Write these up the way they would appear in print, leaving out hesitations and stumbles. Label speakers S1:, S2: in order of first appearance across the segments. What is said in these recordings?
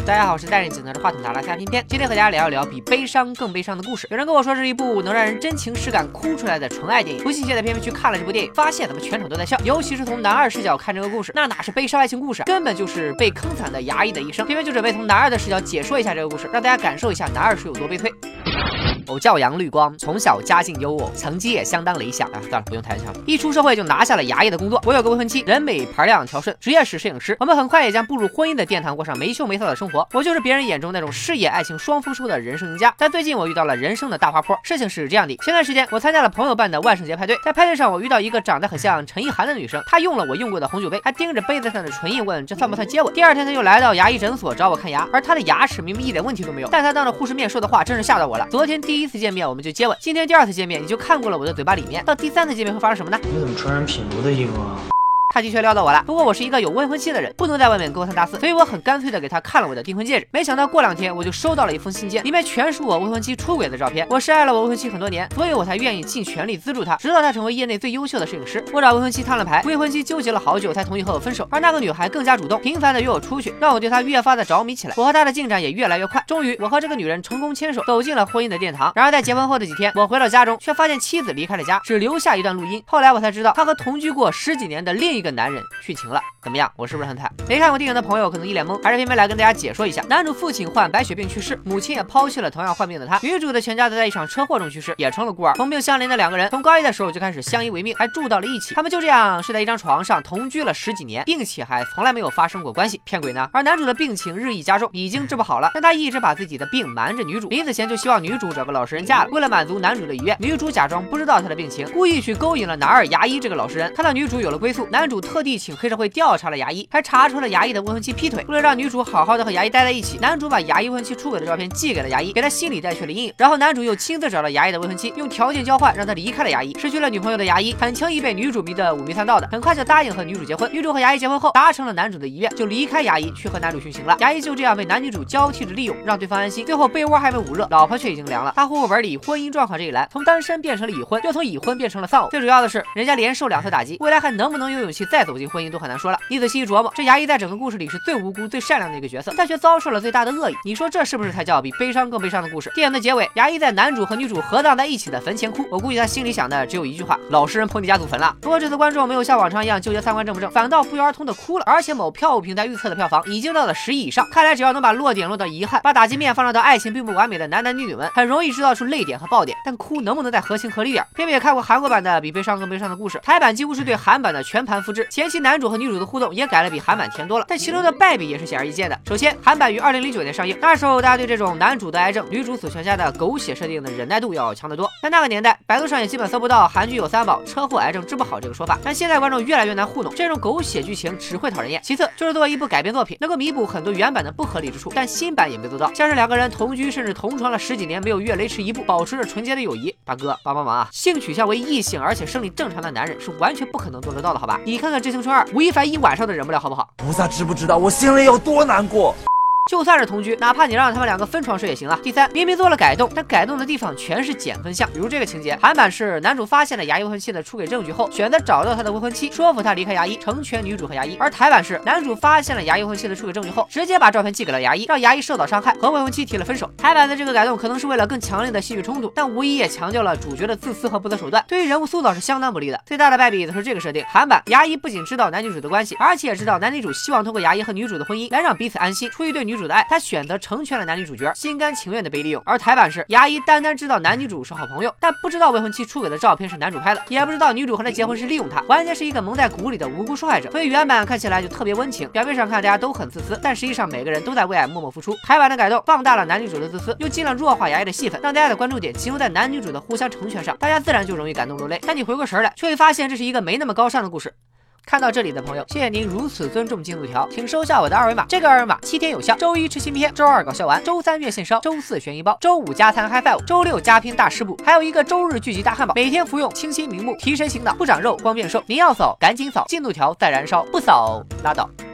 S1: 大家好，我是带着紧拿着话筒的阿拉夏偏偏，今天和大家聊一聊比悲伤更悲伤的故事。有人跟我说这是一部能让人真情实感哭出来的纯爱电影，不信现在偏偏去看了这部电影，发现咱们全场都在笑，尤其是从男二视角看这个故事，那哪是悲伤爱情故事，根本就是被坑惨的牙医的一生。偏偏就准备从男二的视角解说一下这个故事，让大家感受一下男二是有多悲催。我叫杨绿光，从小家境优渥，成绩也相当理想啊。算了，不用太强。一出社会就拿下了牙医的工作。我有个未婚妻，人美牌亮条顺，职业是摄影师。我们很快也将步入婚姻的殿堂，过上没羞没臊的生活。我就是别人眼中那种事业爱情双丰收的人生赢家。但最近我遇到了人生的大滑坡。事情是这样的，前段时间我参加了朋友办的万圣节派对，在派对上我遇到一个长得很像陈意涵的女生，她用了我用过的红酒杯，还盯着杯子上的唇印问这算不算接吻。第二天她又来到牙医诊所找我看牙，而她的牙齿明明一点问题都没有，但她当着护士面说的话真是吓到我了。昨天第一次见面我们就接吻，今天第二次见面你就看过了我的嘴巴里面，到第三次见面会发生什么呢？
S2: 你怎么穿人品如的衣服啊？
S1: 他的确撩到我了，不过我是一个有未婚妻的人，不能在外面勾三搭四，所以我很干脆的给他看了我的订婚戒指。没想到过2天我就收到了一封信件，里面全是我未婚妻出轨的照片。我深爱了我未婚妻很多年，所以我才愿意尽全力资助她，直到她成为业内最优秀的摄影师。我找未婚妻摊了牌，未婚妻纠结了好久才同意和我分手，而那个女孩更加主动，频繁的约我出去，让我对她越发的着迷起来。我和她的进展也越来越快，终于我和这个女人成功牵手，走进了婚姻的殿堂。然而在结婚后的几天，我回到家中，却发现妻子离开了家，只留下一段录音。后来我才知道，她和同居过10几年的另一个男人去了，怎么样？我是不是很惨？没看过电影的朋友可能一脸懵，还是偏偏来跟大家解说一下。男主父亲患白血病去世，母亲也抛弃了同样患病的他。女主的全家都在一场车祸中去世，也成了孤儿。同病相怜的两个人，从高一的时候就开始相依为命，还住到了一起。他们就这样睡在一张床上，同居了10几年，并且还从来没有发生过关系。骗鬼呢？而男主的病情日益加重，已经治不好了，但他一直把自己的病瞒着女主。临死前就希望女主找个老实人嫁了。为了满足男主的遗愿，女主假装不知道他的病情，故意去勾引了男二牙医这个老实人。看到女主有了归宿，男主特地请黑社会调查了牙医，还查出了牙医的未婚妻劈腿。为了让女主好好的和牙医待在一起，男主把牙医未婚妻出轨的照片寄给了牙医，给他心里带去了阴影。然后男主又亲自找到牙医的未婚妻，用条件交换让他离开了牙医。失去了女朋友的牙医很轻易被女主迷得五迷三道的，很快就答应和女主结婚。女主和牙医结婚后达成了男主的遗愿，就离开牙医去和男主殉情了。牙医就这样被男女主交替着利用，让对方安心。最后被窝还没捂热，老婆却已经凉了。他户口本里婚姻状况这一栏从单身变成了已婚，又从已婚变成了丧偶。最主要的是人家连受2次打击，未来还能不能有勇气再走进婚姻都很难说了。你仔细一琢磨，这牙医在整个故事里是最无辜最善良的一个角色，但却遭受了最大的恶意。你说这是不是才叫比悲伤更悲伤的故事？电影的结尾，牙医在男主和女主合葬在一起的坟前哭，我估计他心里想的只有一句话：老实人捧你家祖坟了。不过这次观众没有像往常一样纠结3观正不正，反倒不约而同的哭了。而且某票务平台预测的票房已经到了10亿以上，看来只要能把落点落到遗憾，把打击面放大到爱情并不完美的男女们，很容易制造出泪点和爆点。但哭能不能再合情合理点？偏偏也看过韩国版的比悲伤更悲伤的故事，台版几乎是对韩版的全盘复制，前期男主和女主的互动也改了比韩版甜多了，但其中的败笔也是显而易见的。首先，韩版于2009年上映，那时候大家对这种男主得癌症，女主死全家的狗血设定的忍耐度要强得多。在那个年代，百度上也基本搜不到韩剧有3宝，车祸、癌症治不好这个说法。但现在观众越来越难糊弄，这种狗血剧情只会讨人厌。其次就是作为一部改编作品，能够弥补很多原版的不合理之处，但新版也没做到，像是2个人同居甚至同床了10几年，没有越雷池一步，保持着纯洁的友谊。大哥帮帮忙啊！性取向为异性而且生理正常的男人是完全不可能做得到的，好吧？你看看《致青春2》，吴亦凡1晚上都忍不了，好不好？
S2: 菩萨知不知道我心里有多难过？
S1: 就算是同居，哪怕你让他们2个分床睡也行啊。第三，明明做了改动，但改动的地方全是减分项，比如这个情节，韩版是男主发现了牙医未婚妻的出轨证据后，选择找到他的未婚妻，说服他离开牙医，成全女主和牙医；而台版是男主发现了牙医未婚妻的出轨证据后，直接把照片寄给了牙医，让牙医受到伤害，和未婚妻提了分手。台版的这个改动可能是为了更强烈的戏剧冲突，但无疑也强调了主角的自私和不择手段，对于人物塑造是相当不利的。最大的败笔则是这个设定，韩版牙医不仅知道男女主的关系，而且也知道男女主希望通过牙医和女主的婚姻来让彼此安心，出于对女主的爱，他选择成全了男女主角，心甘情愿的被利用。而台版是牙医单知道男女主是好朋友，但不知道未婚妻出轨的照片是男主拍的，也不知道女主和他结婚是利用他，完全是一个蒙在鼓里的无辜受害者。所以原版看起来就特别温情，表面上看大家都很自私，但实际上每个人都在为爱默默付出。台版的改动放大了男女主的自私，又尽量弱化牙医的戏份，让大家的关注点集中在男女主的互相成全上，大家自然就容易感动落泪。但你回过神来，却会发现这是一个没那么高尚的故事。看到这里的朋友，谢谢您如此尊重进度条，请收下我的2维码，这个2维码7天有效，周1吃新片，周2搞笑完，周3月现烧，周4悬疑包，周5加餐 High Five，周6加拼大师部，还有一个周日聚集大汉堡，每天服用清新明目，提神醒脑，不长肉，光变瘦。您要扫赶紧扫，进度条在燃烧，不扫拉倒。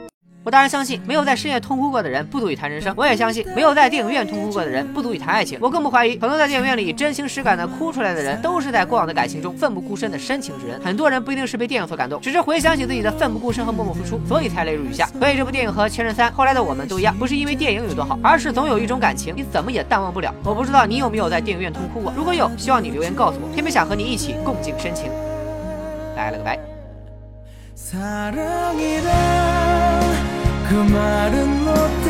S1: 我当然相信，没有在深夜痛哭过的人不足以谈人生。我也相信，没有在电影院痛哭过的人不足以谈爱情。我更不怀疑，很多在电影院里真情实感的哭出来的人，都是在过往的感情中奋不顾身的深情之人。很多人不一定是被电影所感动，只是回想起自己的奋不顾身和默默付出，所以才泪如雨下。所以这部电影和《前任3》后来的我们都一样，不是因为电影有多好，而是总有一种感情你怎么也淡忘不了。我不知道你有没有在电影院痛哭过，如果有，希望你留言告诉我，偏偏想和你一起共进深情。拜了个拜。
S3: 사랑이란 그 말은 못